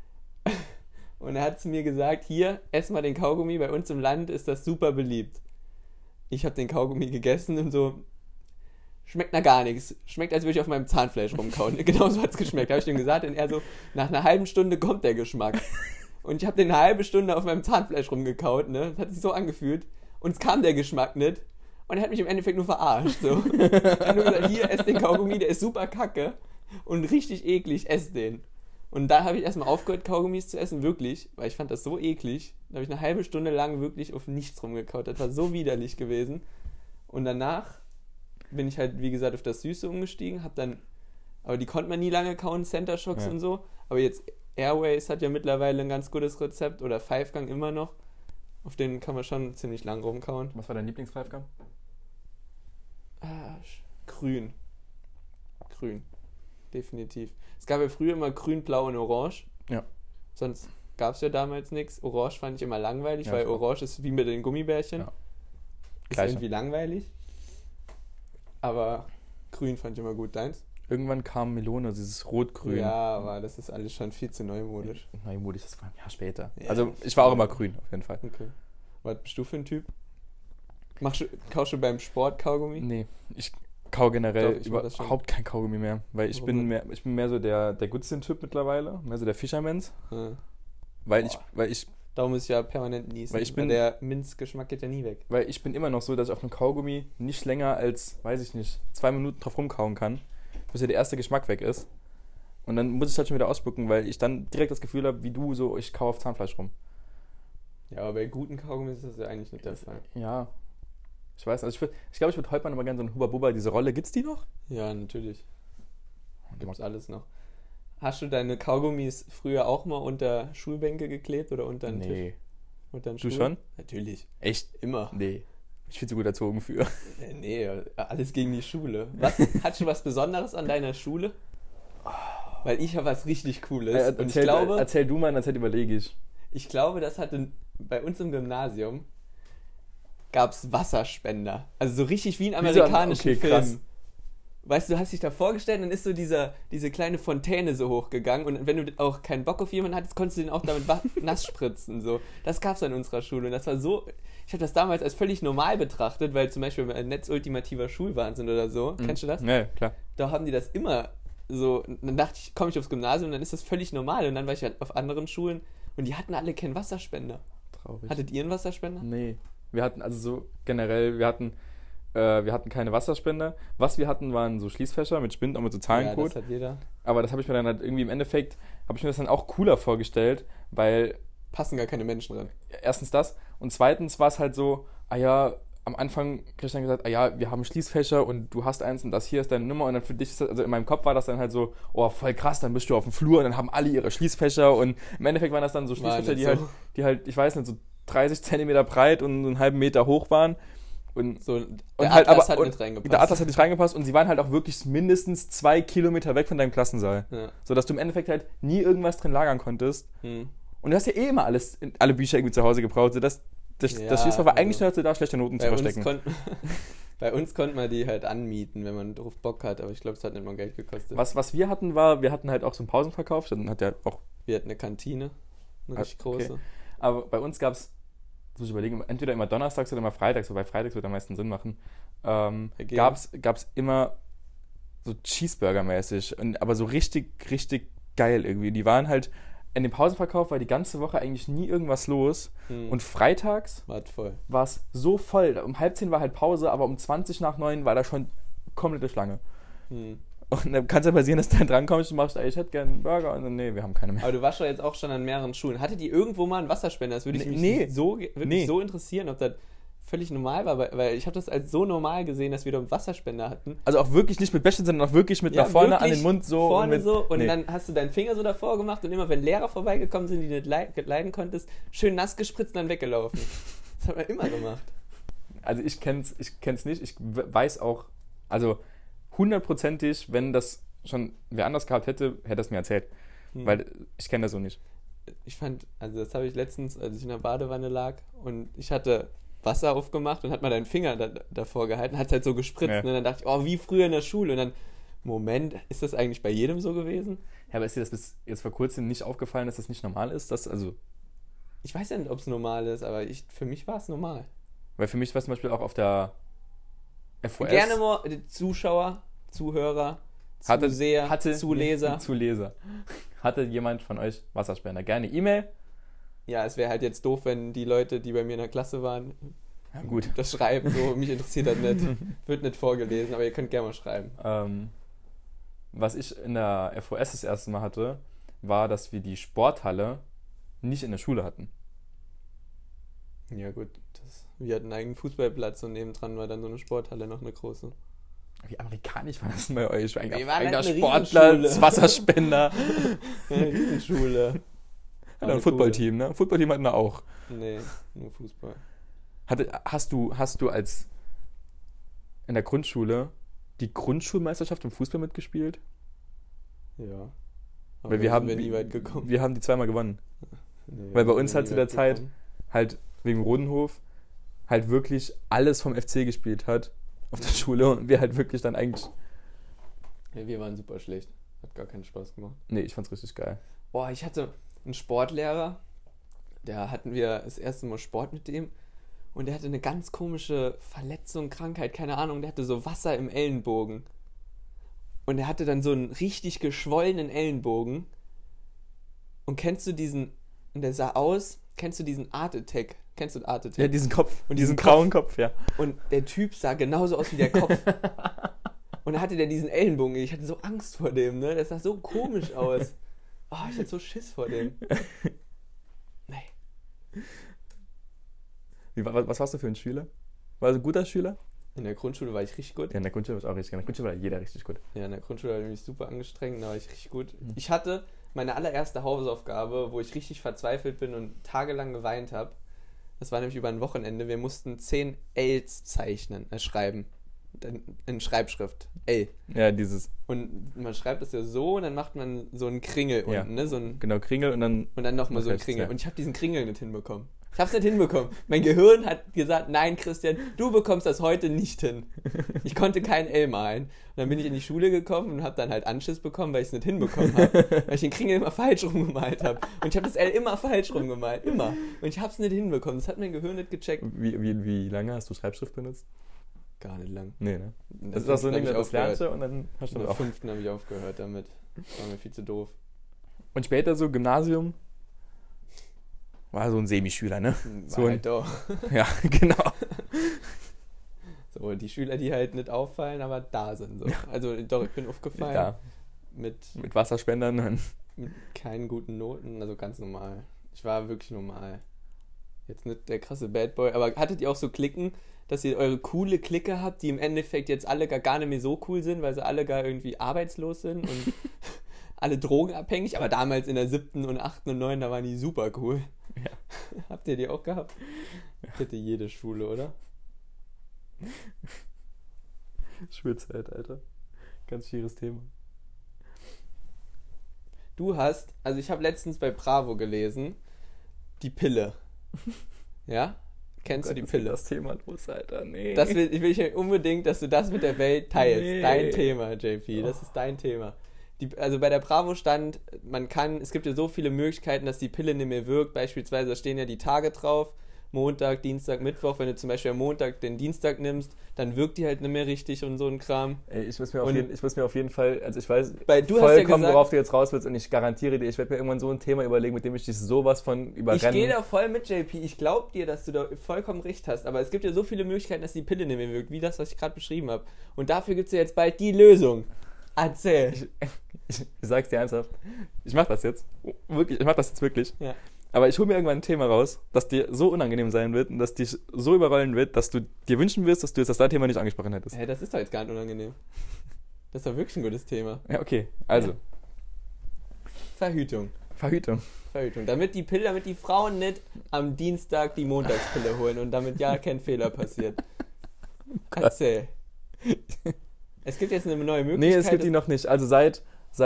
Und er hat zu mir gesagt, hier, ess mal den Kaugummi, bei uns im Land ist das super beliebt. Ich habe den Kaugummi gegessen und so, schmeckt nach gar nichts. Schmeckt, als würde ich auf meinem Zahnfleisch rumkauen. Genauso hat es geschmeckt. Da habe ich ihm gesagt und er so, nach einer halben Stunde kommt der Geschmack. Und ich habe den eine halbe Stunde auf meinem Zahnfleisch rumgekaut, ne? Das hat sich so angefühlt. Und es kam der Geschmack nicht. Und er hat mich im Endeffekt nur verarscht. So. Er hat nur gesagt, hier, ess den Kaugummi, der ist super kacke und richtig eklig, ess den. Und da habe ich erstmal aufgehört, Kaugummis zu essen, wirklich, weil ich fand das so eklig. Da habe ich eine halbe Stunde lang wirklich auf nichts rumgekaut. Das war so widerlich gewesen. Und danach bin ich halt, wie gesagt, auf das Süße umgestiegen, aber die konnte man nie lange kauen, Center Shocks und so. Aber jetzt Airways hat ja mittlerweile ein ganz gutes Rezept oder 5 Gum immer noch. Auf denen kann man schon ziemlich lang rumkauen. Was war dein Lieblings-5 Gum? Grün. definitiv. Es gab ja früher immer grün, blau und orange. Ja. Sonst gab es ja damals nichts. Orange fand ich immer langweilig, Ja, weil voll. orange ist wie mit den Gummibärchen. Ja. Ist Gleiche. irgendwie langweilig. Aber grün fand ich immer gut. Deins? Irgendwann kam Melone, dieses Rot-Grün. Ja, aber das ist alles schon viel zu neumodisch. Neumodisch, das war ein Jahr später. Ja, Also ich war auch immer grün, auf jeden Fall. Okay. Was bist du für ein Typ? Kaufst du beim Sport Kaugummi? Nee, ich kau generell Doch, ich mach das schon. überhaupt kein Kaugummi mehr. Weil ich Warum bin mehr so der Gutzin-Typ mittlerweile, mehr so der Fischermans. Ja. Weil Boah. ich Darum muss ich ja permanent niesen. Weil ich bin- der Minzgeschmack geht ja nie weg. bin immer noch so, dass ich auf einem Kaugummi nicht länger als, weiß ich nicht, 2 Minuten drauf rumkauen kann, bis ja der erste Geschmack weg ist. Und dann muss ich halt schon wieder ausspucken, weil ich dann direkt das Gefühl habe, wie du, so ich kau auf Zahnfleisch rum. Ja, aber bei guten Kaugummis ist das ja eigentlich nicht der Fall. Ja. Ich weiß, also ich glaube, ich würde heute mal nochmal gerne so einen Hubba Bubba, diese Rolle, gibt's die noch? Ja, natürlich. Gibt's alles noch. Hast du deine Kaugummis früher auch mal unter Schulbänke geklebt oder unter den Tisch? Nee. Unter den Du Stuhl? schon? Natürlich. Echt? Immer. Nee. Ich bin zu gut erzogen für. Nee, alles gegen die Schule. Hattest du was Besonderes an deiner Schule? Weil ich habe was richtig Cooles. Und Erzähl du mal, in der Zeit überlege ich. ich glaube, das hatte bei uns im Gymnasium gab es Wasserspender. Also so richtig wie in amerikanischen Okay, Filmen. krass. Weißt du, hast dich da vorgestellt, dann ist so diese kleine Fontäne so hochgegangen und wenn du auch keinen Bock auf jemanden hattest, konntest du den auch damit nass spritzen. So. Das gab es an unserer Schule und das war so, ich habe das damals als völlig normal betrachtet, weil zum Beispiel ein Netz-ultimativer Schulwahnsinn oder so, kennst du das? Ja, klar. Da haben die das immer so, dann dachte ich, komme ich aufs Gymnasium und dann ist das völlig normal und dann war ich halt auf anderen Schulen und die hatten alle keinen Wasserspender. Traurig. Hattet ihr einen Wasserspender? Nee. Wir hatten also so generell, wir hatten keine Wasserspender. Was wir hatten, waren so Schließfächer mit Spind und mit so Ja, Zahlencode. das hat jeder. Aber das habe ich mir dann halt irgendwie im Endeffekt, habe ich mir das dann auch cooler vorgestellt, weil Passen gar keine Menschen dran. erstens das und zweitens war es halt so, am Anfang krieg ich dann gesagt, wir haben Schließfächer und du hast eins und das hier ist deine Nummer und dann für dich ist das, also in meinem Kopf war das dann halt so, oh voll krass, dann bist du auf dem Flur und dann haben alle ihre Schließfächer und im Endeffekt waren das dann so Schließfächer, die halt, ich weiß nicht, so 30 Zentimeter breit und so einen halben Meter hoch waren. Und So, und der halt Atlas aber- hat mit reingepasst. der Atlas hat nicht reingepasst und sie waren halt auch wirklich mindestens 2 Kilometer weg von deinem Klassensaal. Ja. Sodass du im Endeffekt halt nie irgendwas drin lagern konntest. Hm. Und du hast ja eh immer alle Bücher irgendwie zu Hause gebraucht, sodass das Ja, Schließfach war eigentlich also nur dazu da, schlechte Noten zu verstecken. Bei uns konnte man die halt anmieten, wenn man darauf Bock hat, aber ich glaube, es hat nicht mal Geld gekostet. Was wir hatten war, wir hatten halt auch so einen Pausenverkauf, dann hat der auch, Wir hatten eine Kantine, eine Ah, richtig okay. große. aber bei uns gab es, muss ich überlegen, entweder immer donnerstags oder immer freitags, wobei freitags wird am meisten Sinn machen, Ergeben. gab's immer so Cheeseburger-mäßig, aber so richtig, richtig geil irgendwie. Die waren halt, in dem Pausenverkauf war die ganze Woche eigentlich nie irgendwas los und freitags War voll. war es so voll. Um 8:30 war halt Pause, aber um 8:20 war da schon komplette Schlange. Hm. Und dann kann es ja passieren, dass du dann drankommst und machst, ich hätte gerne einen Burger. Und dann, nee, wir haben keine mehr. Aber du warst doch jetzt auch schon an mehreren Schulen. Hattet ihr irgendwo mal einen Wasserspender? Das würde ich mich Nee. wirklich so interessieren, ob das völlig normal war, weil ich habe das als so normal gesehen, dass wir da einen Wasserspender hatten. Also auch wirklich nicht mit Bällchen, sondern auch wirklich mit nach vorne wirklich an den Mund so. Vorne und so und nee. dann hast du deinen Finger so davor gemacht und immer wenn Lehrer vorbeigekommen sind, die nicht leiden konntest, schön nass gespritzt und dann weggelaufen. Das hat man immer gemacht. Also ich kenn's nicht. Ich weiß auch, also 100%ig, wenn das schon wer anders gehabt hätte, hätte es mir erzählt. Weil ich kenne das so nicht. Ich fand, also das habe ich letztens, als ich in der Badewanne lag und ich hatte Wasser aufgemacht und hat mal deinen Finger davor gehalten, hat es halt so gespritzt. Ja. Und dann dachte ich, oh, wie früher in der Schule. Und dann, Moment, ist das eigentlich bei jedem so gewesen? Ja, aber ist dir das bis jetzt vor kurzem nicht aufgefallen, dass das nicht normal ist? Ich weiß ja nicht, ob es normal ist, aber für mich war es normal. Weil für mich war es zum Beispiel auch auf der FOS. Gerne mal die Zuschauer, Zuhörer, Zuseher, Zuleser. Zuleser. Hatte jemand von euch Wasserspender? Gerne E-Mail. Ja, es wäre halt jetzt doof, wenn die Leute, die bei mir in der Klasse waren, Ja, gut. das schreiben. So, mich interessiert das nicht. Wird nicht vorgelesen, aber ihr könnt gerne mal schreiben. Was ich in der FOS das erste Mal hatte, war, dass wir die Sporthalle nicht in der Schule hatten. Ja, gut. Wir hatten einen eigenen Fußballplatz und nebendran war dann so eine Sporthalle, noch eine große. Wie amerikanisch war das denn bei euch? Wir waren eigener halt eine Sportplatz, Riesenschule. Wasserspender. Eine Riesenschule. Ja, ein Footballteam, ne? Footballteam hatten wir auch. Nee, nur Fußball. Hast du als in der Grundschule die Grundschulmeisterschaft im Fußball mitgespielt? Ja. Aber Weil da wir haben, sind wir nie weit gekommen. wir haben die zweimal gewonnen. Nee, Weil bei da uns sind wir halt nie zu der weit Zeit gekommen. halt wegen Rodenhof halt wirklich alles vom FC gespielt hat auf der Schule und wir halt wirklich dann eigentlich... Ja, wir waren super schlecht. Hat gar keinen Spaß gemacht. Nee, ich fand's richtig geil. Boah, ich hatte einen Sportlehrer, da hatten wir das erste Mal Sport mit dem und der hatte eine ganz komische Verletzung, Krankheit, keine Ahnung, der hatte so Wasser im Ellenbogen. Und er hatte dann so einen richtig geschwollenen Ellenbogen. Und kennst du diesen, und der sah aus, kennst du diesen Art Attack? Kennst du Art Attack? Ja, diesen Kopf. Und diesen diesen grauen Kopf, ja. Und der Typ sah genauso aus wie der Kopf. Und dann hatte der diesen Ellenbogen. Ich hatte so Angst vor dem, ne? Das sah so komisch aus. Oh, ich hatte so Schiss vor dem. Nee. Was warst du für ein Schüler? War du ein guter Schüler? In der Grundschule war ich richtig gut. Ja, in der Grundschule war ich auch richtig gut. In der Grundschule war jeder richtig gut. Ja, in der Grundschule war ich mich super angestrengt, da war ich richtig gut. Ich hatte meine allererste Hausaufgabe, wo ich richtig verzweifelt bin und tagelang geweint habe. Das war nämlich über ein Wochenende. Wir mussten 10 Ls zeichnen, schreiben. In Schreibschrift. L. Ja, dieses... Und man schreibt das ja so und dann macht man so einen Kringel Ja. unten, ne? So ein, Genau, Kringel und dann... und dann nochmal so einen rechts, Kringel. ja. Und ich habe diesen Kringel nicht hinbekommen. Ich habe es nicht hinbekommen. Mein Gehirn hat gesagt, nein, Christian, du bekommst das heute nicht hin. Ich konnte kein L malen. Und dann bin ich in die Schule gekommen und habe dann halt Anschiss bekommen, weil ich es nicht hinbekommen habe. Weil ich den Kringel immer falsch rumgemalt habe. Und ich habe das L immer falsch rumgemalt. Immer. Und ich habe es nicht hinbekommen. Das hat mein Gehirn nicht gecheckt. Wie lange hast du Schreibschrift benutzt? Gar nicht lang. Nee, ne? In Das der ist auch so ein Ding, fünften das hab ich lernst du und dann hast du In das der auch. 5. habe ich aufgehört damit. Das war mir viel zu doof. Und später so Gymnasium? War so ein Semischüler, ne? War So ein- halt doch. Ja, genau. So, die Schüler, die halt nicht auffallen, aber da sind. So. Also doch, ich bin aufgefallen. Ja, Mit Wasserspendern. Und keinen guten Noten, also ganz normal. Ich war wirklich normal. Jetzt nicht der krasse Bad Boy, aber hattet ihr auch so Klicken, dass ihr eure coole Clique habt, die im Endeffekt jetzt alle gar nicht mehr so cool sind, weil sie alle gar irgendwie arbeitslos sind und alle drogenabhängig, aber damals in der 7. und 8. und 9. da waren die super cool. Ja. Habt ihr die auch gehabt? Hätte jede Schule, oder? Schulzeit, Alter. Ganz schwieriges Thema. Du hast, also ich habe letztens bei Bravo gelesen, die Pille. Ja? Kennst du die Pille? Das Thema los, Alter. Nee. Ich will unbedingt, dass du das mit der Welt teilst. Nee. Dein Thema, JP. Das ist dein Thema. Also bei der Bravo stand, es gibt ja so viele Möglichkeiten, dass die Pille nicht mehr wirkt. Beispielsweise, da stehen ja die Tage drauf. Montag, Dienstag, Mittwoch. Wenn du zum Beispiel am Montag den Dienstag nimmst, dann wirkt die halt nicht mehr richtig und so ein Kram. Ey, ich muss mir auf jeden Fall, also ich weiß Weil du hast vollkommen, ja gesagt, worauf du jetzt raus willst und ich garantiere dir, ich werde mir irgendwann so ein Thema überlegen, mit dem ich dich sowas von überrennen. ich gehe da voll mit, JP. Ich glaube dir, dass du da vollkommen recht hast. Aber es gibt ja so viele Möglichkeiten, dass die Pille nicht mehr wirkt, wie das, was ich gerade beschrieben habe. Und dafür gibt es ja jetzt bald die Lösung. Erzähl. Ich sag's dir ernsthaft. Ich mach das jetzt. Wirklich, ich mach das jetzt wirklich. Ja. Aber ich hole mir irgendwann ein Thema raus, das dir so unangenehm sein wird und das dich so überrollen wird, dass du dir wünschen wirst, dass du jetzt das Thema nicht angesprochen hättest. Hä, das ist doch jetzt gar nicht unangenehm. Das ist doch wirklich ein gutes Thema. Ja, okay. Also, Verhütung. Verhütung. Damit die Frauen nicht am Dienstag die Montagspille holen und damit ja kein Fehler passiert. Erzähl. Es gibt jetzt eine neue Möglichkeit. Nee, es gibt die noch nicht. Also seit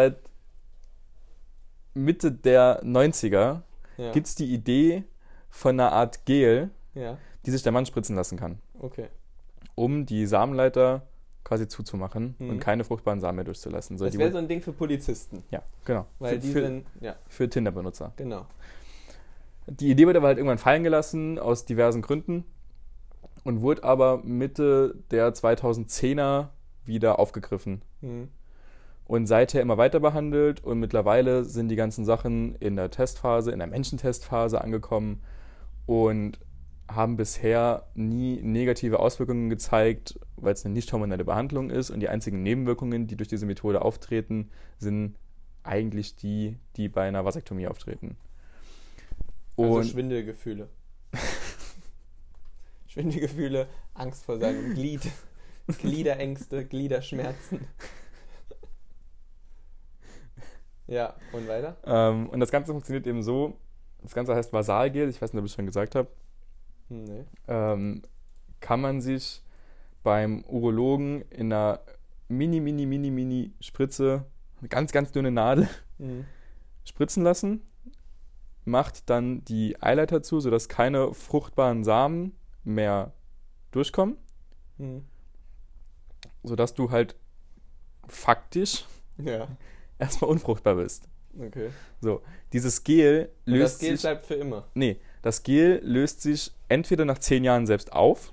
Mitte der 90er ja. gibt es die Idee von einer Art Gel, Ja, die sich der Mann spritzen lassen kann, okay. um die Samenleiter quasi zuzumachen Mhm. und keine fruchtbaren Samen mehr durchzulassen. Das wäre so ein Ding für Polizisten. Ja, genau. Weil die sind, ja, für Tinder-Benutzer. genau. Die Idee wurde aber halt irgendwann fallen gelassen, aus diversen Gründen, und wurde aber Mitte der 2010er wieder aufgegriffen Mhm. und seither immer weiter behandelt und mittlerweile sind die ganzen Sachen in der Testphase, in der Menschentestphase angekommen und haben bisher nie negative Auswirkungen gezeigt, weil es eine nicht hormonelle Behandlung ist und die einzigen Nebenwirkungen, die durch diese Methode auftreten, sind eigentlich die bei einer Vasektomie auftreten. Also Und Schwindelgefühle. Schwindelgefühle, Angst vor seinem Glied, Gliederängste, Gliederschmerzen. Ja, und weiter? und das Ganze funktioniert eben so, das Ganze heißt Vasalgel, ich weiß nicht, ob ich es schon gesagt habe, Nee. kann man sich beim Urologen in einer mini Spritze eine ganz, ganz dünne Nadel Mhm. spritzen lassen, macht dann die Eileiter zu, sodass keine fruchtbaren Samen mehr durchkommen, Mhm. sodass du halt faktisch Ja, erstmal unfruchtbar bist. okay. So, dieses Gel Und löst das Gel sich... bleibt für immer. Nee, das Gel löst sich entweder nach 10 Jahren selbst auf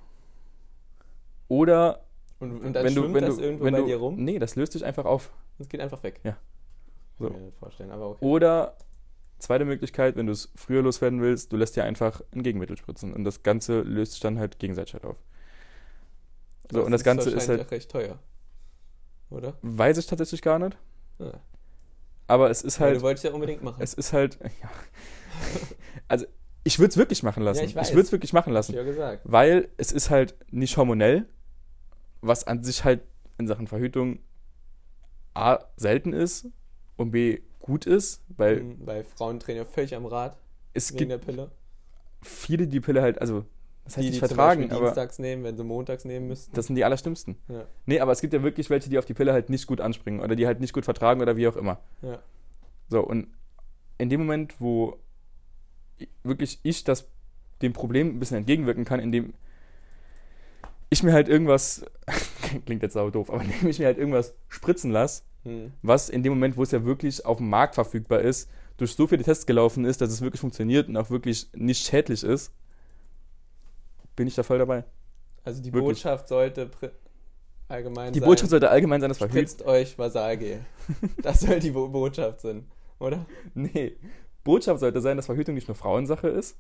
oder Und dann wenn du, schwimmt wenn das du, irgendwo wenn bei du, dir rum? Nee, das löst sich einfach auf. Das geht einfach weg. Ja. Kann So. ich mir nicht vorstellen, aber okay. Oder, zweite Möglichkeit, wenn du es früher loswerden willst, du lässt dir einfach ein Gegenmittel spritzen und das Ganze löst sich dann halt gegenseitig halt auf. So, und das Ganze ist wahrscheinlich halt, auch recht teuer. Oder? weiß ich tatsächlich gar nicht, Ja. aber es ist Weil halt, du wolltest ja unbedingt machen. es ist halt, ja. Also, ich würde es wirklich machen lassen. Ja, ich weiß. würde es wirklich machen Hab lassen. ich ja gesagt. Weil es ist halt nicht hormonell, was an sich halt in Sachen Verhütung A, selten ist und B, gut ist, weil Weil Frauen drehen ja völlig am Rad es wegen gibt der Pille. viele, die Pille halt, also das heißt Die nicht zum vertragen, Beispiel aber dienstags nehmen, wenn sie montags nehmen müssten. das sind die allerschlimmsten. Ja. Nee, aber es gibt ja wirklich welche, die auf die Pille halt nicht gut anspringen oder die halt nicht gut vertragen oder wie auch immer. Ja. So, und in dem Moment, wo wirklich ich dem Problem ein bisschen entgegenwirken kann, indem ich mir halt irgendwas, klingt jetzt sau doof, aber indem ich mir halt irgendwas spritzen lasse, Hm. was in dem Moment, wo es ja wirklich auf dem Markt verfügbar ist, durch so viele Tests gelaufen ist, dass es wirklich funktioniert und auch wirklich nicht schädlich ist, bin ich da voll dabei. Also die Wirklich. Botschaft sollte allgemein Die sein. Botschaft sollte allgemein sein, dass verhütet. Spritzt euch Vasalgel. Das soll die Botschaft sein, oder? Nee, Botschaft sollte sein, dass Verhütung nicht nur Frauensache ist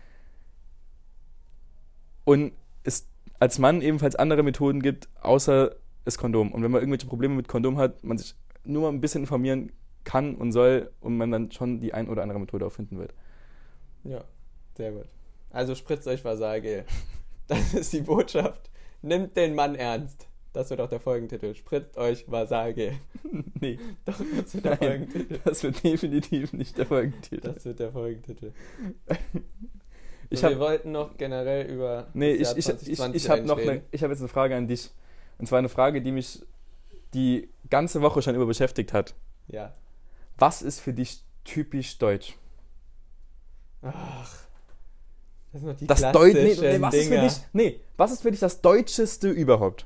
und es als Mann ebenfalls andere Methoden gibt, außer das Kondom. Und wenn man irgendwelche Probleme mit Kondom hat, man sich nur mal ein bisschen informieren kann und soll und man dann schon die ein oder andere Methode auch finden wird. Ja, sehr gut. Also spritzt euch Vasalgel. Das ist die Botschaft. Nimmt den Mann ernst. Das wird auch der Folgentitel. Spritzt euch Vasalgel. Nee, Doch, das wird der nein, Folgentitel. das wird definitiv nicht der Folgentitel. Das wird der Folgentitel. Ich So, hab- wir wollten noch generell über Nee, das Jahr ich 2020 habe noch reden. ich habe jetzt eine Frage an dich. Und zwar eine Frage, die mich die ganze Woche schon über beschäftigt hat. Ja. Was ist für dich typisch deutsch? Ach. Das sind noch die Das klassischen was ist für Dinger. dich? Was ist für dich das Deutscheste überhaupt?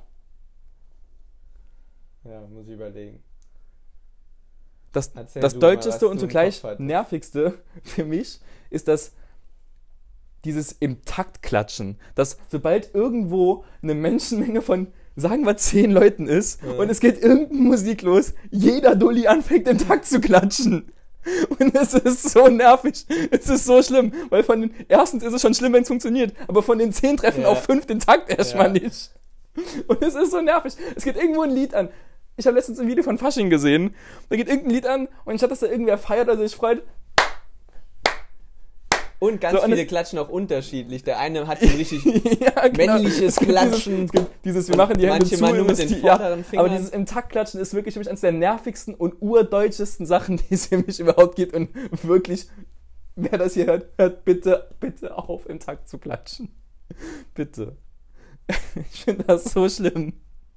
Ja, muss ich überlegen. Das Erzähl das du mal, Deutscheste was und du im zugleich Kopf hattest. nervigste für mich ist dieses im Takt klatschen. Dass sobald irgendwo eine Menschenmenge von, sagen wir, 10 Leuten ist Ja. und es geht irgendeine Musik los, jeder Dulli anfängt im Takt zu klatschen. Und es ist so nervig. Es ist so schlimm. Weil erstens ist es schon schlimm, wenn es funktioniert, aber von den 10 treffen Ja. auf 5 den Takt erstmal Ja. nicht. Und es ist so nervig. Es geht irgendwo ein Lied an. Ich habe letztens ein Video von Fasching gesehen. Da geht irgendein Lied an und statt dass da irgendwer feiert oder sich freut, Und ganz So, und viele es- klatschen auch unterschiedlich. Der eine hat so ein richtig ja, genau. männliches Es gibt Klatschen. Es gibt dieses, wir Und machen die Hände manche zu. mal nur und mit es den die- ja, vorderen aber Fingern. dieses im Takt klatschen ist wirklich für mich eines der nervigsten und urdeutschesten Sachen, die es für mich überhaupt gibt. Und wirklich, wer das hier hört, hört bitte, bitte auf, im Takt zu klatschen. Bitte. Ich finde das so schlimm.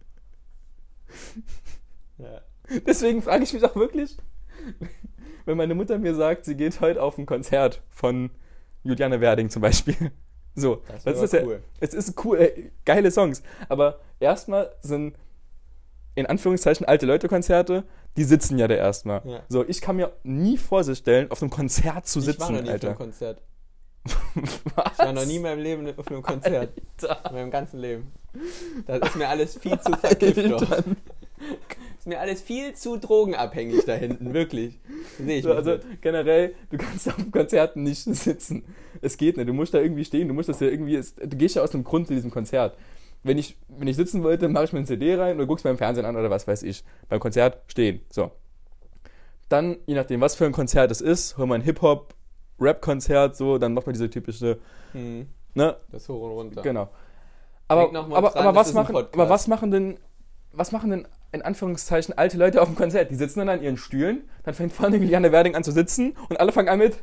Ja. Deswegen frage ich mich auch wirklich, wenn meine Mutter mir sagt, sie geht heute auf ein Konzert von Juliane Werding zum Beispiel. So, Das ist wäre ja cool. Es ist cool, geile Songs. Aber erstmal sind in Anführungszeichen alte Leute-Konzerte, die sitzen ja da erstmal. Ja. So, ich kann mir nie vorstellen, auf einem Konzert zu Ich sitzen, war noch nie auf Alter. einem Konzert. Was? Ich war noch nie in meinem Leben auf einem Konzert. Alter. In meinem ganzen Leben. Das ist mir alles viel zu verkifft doch. Alter. Ist mir alles viel zu drogenabhängig da hinten, wirklich. Sehe ich So, mich also nicht. generell, du kannst auf Konzerten nicht sitzen. Es geht nicht. Du musst da irgendwie stehen. Du musst das ja irgendwie. Du gehst ja aus einem Grund zu diesem Konzert. Wenn ich sitzen wollte, mache ich mir eine CD rein oder guck's mir im Fernsehen an oder was weiß ich. Beim Konzert stehen. So. Dann, je nachdem, was für ein Konzert es ist, hol mal ein Hip-Hop-Rap-Konzert, so, dann macht man diese typische, Hm, ne? das hoch und runter. Genau. Denk noch mal dran, das ist ein Podcast. aber was machen denn in Anführungszeichen alte Leute auf dem Konzert? Die sitzen dann an ihren Stühlen, dann fängt vorne Juliane Werding an zu sitzen und alle fangen an mit.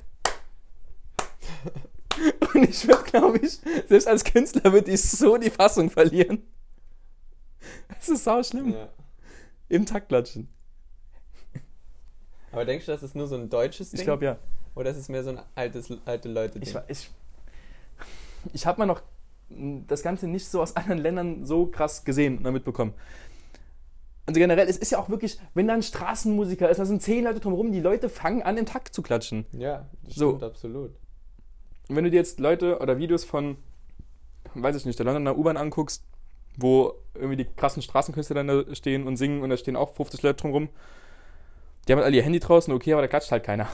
Und ich würde, glaube ich, selbst als Künstler würde ich so die Fassung verlieren. Das ist sau schlimm. Ja. Im Takt klatschen. Aber denkst du, das ist nur so ein deutsches Ding? Ich glaube, ja. Oder ist es mehr so ein alte Leute-Ding? Ich habe mal noch das Ganze nicht so aus anderen Ländern so krass gesehen und mitbekommen. Also generell, es ist ja auch wirklich, wenn da ein Straßenmusiker ist, da sind 10 Leute drumherum, die Leute fangen an, im Takt zu klatschen. Ja, das So. stimmt absolut. Und wenn du dir jetzt Leute oder Videos von, weiß ich nicht, der Londoner U-Bahn anguckst, wo irgendwie die krassen Straßenkünstler dann da stehen und singen und da stehen auch 50 Leute drumherum, die haben halt alle ihr Handy draußen, okay, aber da klatscht halt keiner.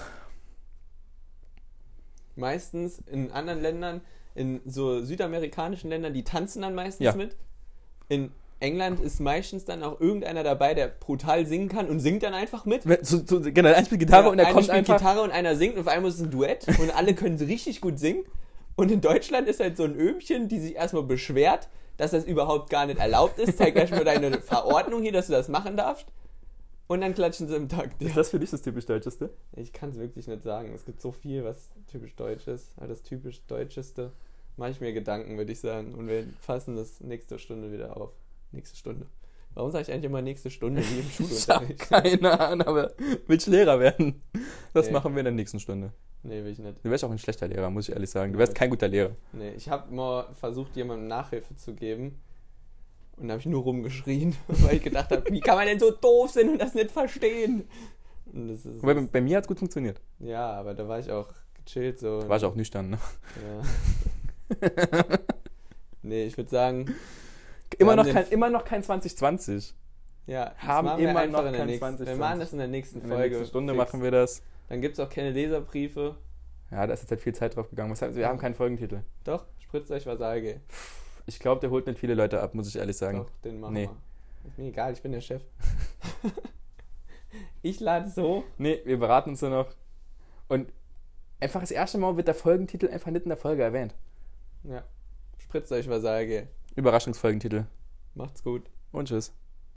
Meistens in anderen Ländern, in so südamerikanischen Ländern, die tanzen dann meistens Ja. mit. In England ist meistens dann auch irgendeiner dabei, der brutal singen kann und singt dann einfach mit. Generell eins mit Gitarre und er einer kommt spielt einfach... Gitarre und einer singt und auf einmal ist es ein Duett und alle können richtig gut singen. Und in Deutschland ist halt so ein Öhmchen, die sich erstmal beschwert, dass das überhaupt gar nicht erlaubt ist. Zeig gleich mal deine Verordnung hier, dass du das machen darfst. Und dann klatschen sie im Takt. Ist das für dich das typisch Deutscheste? Ich kann es wirklich nicht sagen. Es gibt so viel, was typisch Deutsch ist. Aber das typisch Deutscheste mache ich mir Gedanken, würde ich sagen. Und wir fassen das nächste Stunde wieder auf. Nächste Stunde. Warum sage ich eigentlich immer nächste Stunde wie im Ich habe Schulunterricht? keine Ahnung, aber willst du Lehrer werden? Das Nee. machen wir in der nächsten Stunde. Nee, will ich nicht. Du wärst auch ein schlechter Lehrer, muss ich ehrlich sagen. Du wärst kein guter Lehrer. Nee, ich habe mal versucht, jemandem Nachhilfe zu geben. Und da habe ich nur rumgeschrien, weil ich gedacht habe, wie kann man denn so doof sein und das nicht verstehen? Und das ist, Wobei, bei mir hat es gut funktioniert. ja, aber da war ich auch gechillt so. Da war ich auch nüchtern, ne? Ja. Nee, ich würde sagen, Immer haben noch kein 2020. ja, das Haben machen wir immer einfach noch in der kein nächsten, 20, wir machen das in der nächsten In der Folge. nächsten Stunde fix. machen wir das. Dann gibt es auch keine Leserbriefe. Ja, da ist jetzt halt viel Zeit drauf gegangen. Wir haben keinen Folgentitel. Doch, spritzt euch Vasage. Ich glaube, der holt nicht viele Leute ab, muss ich ehrlich sagen. Doch, den machen Nee. wir. Ist mir egal, ich bin der Chef. Ich lade es hoch. Nee, wir beraten uns nur noch. Und einfach das erste Mal wird der Folgentitel einfach nicht in der Folge erwähnt. Ja. Spritzt euch Vasage. Überraschungsfolgentitel. Macht's gut. Und tschüss.